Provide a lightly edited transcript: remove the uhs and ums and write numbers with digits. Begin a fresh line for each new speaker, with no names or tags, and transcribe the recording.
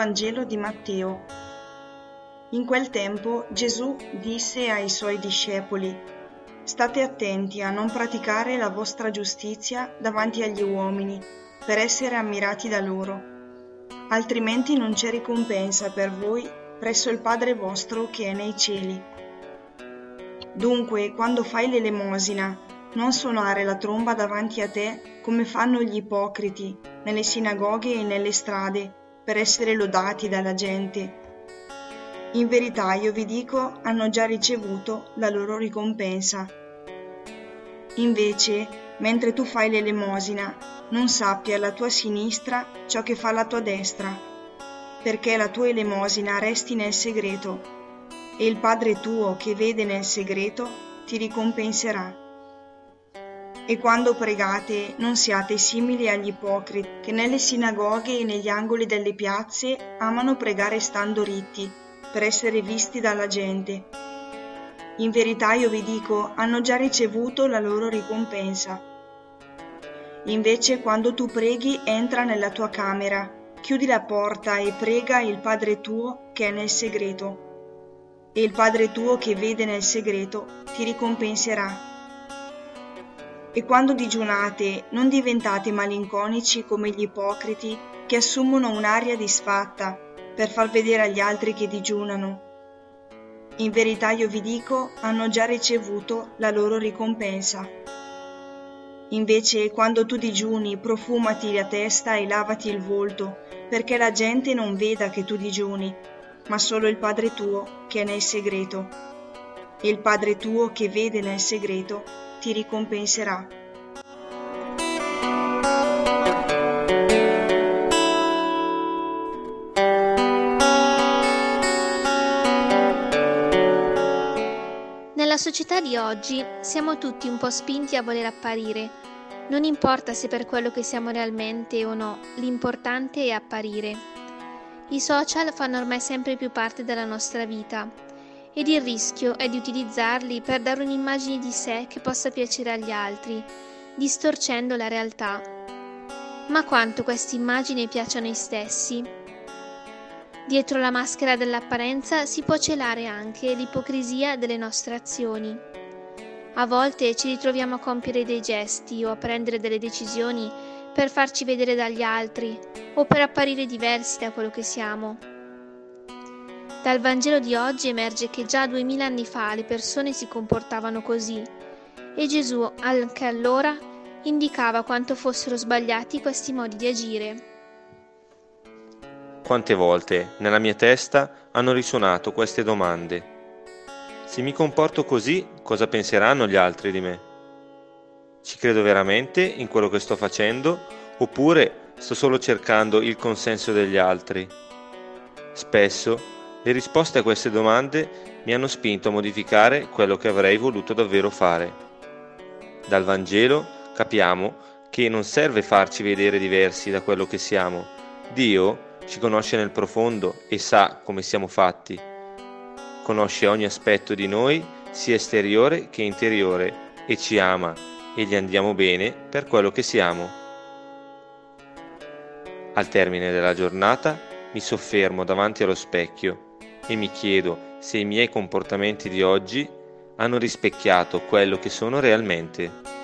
Vangelo di Matteo. In quel tempo Gesù disse ai suoi discepoli: «State attenti a non praticare la vostra giustizia davanti agli uomini, per essere ammirati da loro. Altrimenti non c'è ricompensa per voi presso il Padre vostro che è nei cieli. Dunque, quando fai l'elemosina, non suonare la tromba davanti a te come fanno gli ipocriti nelle sinagoghe e nelle strade, per essere lodati dalla gente. In verità io vi dico, hanno già ricevuto la loro ricompensa. Invece, mentre tu fai l'elemosina, non sappia alla tua sinistra ciò che fa la tua destra, perché la tua elemosina resti nel segreto, e il Padre tuo che vede nel segreto ti ricompenserà. E quando pregate, non siate simili agli ipocriti, che nelle sinagoghe e negli angoli delle piazze amano pregare stando ritti, per essere visti dalla gente. In verità io vi dico, hanno già ricevuto la loro ricompensa. Invece quando tu preghi, entra nella tua camera, chiudi la porta e prega il Padre tuo che è nel segreto. E il Padre tuo che vede nel segreto ti ricompenserà. E quando digiunate, non diventate malinconici come gli ipocriti che assumono un'aria disfatta per far vedere agli altri che digiunano. In verità io vi dico, hanno già ricevuto la loro ricompensa. Invece, quando tu digiuni, profumati la testa e lavati il volto, perché la gente non veda che tu digiuni, ma solo il Padre tuo che è nel segreto. E il Padre tuo che vede nel segreto ti ricompenserà.
Nella società di oggi siamo tutti un po' spinti a voler apparire. Non importa se per quello che siamo realmente o no, l'importante è apparire. I social fanno ormai sempre più parte della nostra vita. Ed il rischio è di utilizzarli per dare un'immagine di sé che possa piacere agli altri, distorcendo la realtà. Ma quanto queste immagini piacciono a noi stessi? Dietro la maschera dell'apparenza si può celare anche l'ipocrisia delle nostre azioni. A volte ci ritroviamo a compiere dei gesti o a prendere delle decisioni per farci vedere dagli altri o per apparire diversi da quello che siamo. Dal Vangelo di oggi emerge che già 2000 anni fa le persone si comportavano così e Gesù anche allora indicava quanto fossero sbagliati questi modi di agire.
Quante volte nella mia testa hanno risuonato queste domande. Se mi comporto così, cosa penseranno gli altri di me? Ci credo veramente in quello che sto facendo oppure sto solo cercando il consenso degli altri? Spesso le risposte a queste domande mi hanno spinto a modificare quello che avrei voluto davvero fare. Dal Vangelo capiamo che non serve farci vedere diversi da quello che siamo. Dio ci conosce nel profondo e sa come siamo fatti. Conosce ogni aspetto di noi, sia esteriore che interiore, e ci ama e gli andiamo bene per quello che siamo. Al termine della giornata mi soffermo davanti allo specchio e mi chiedo se i miei comportamenti di oggi hanno rispecchiato quello che sono realmente.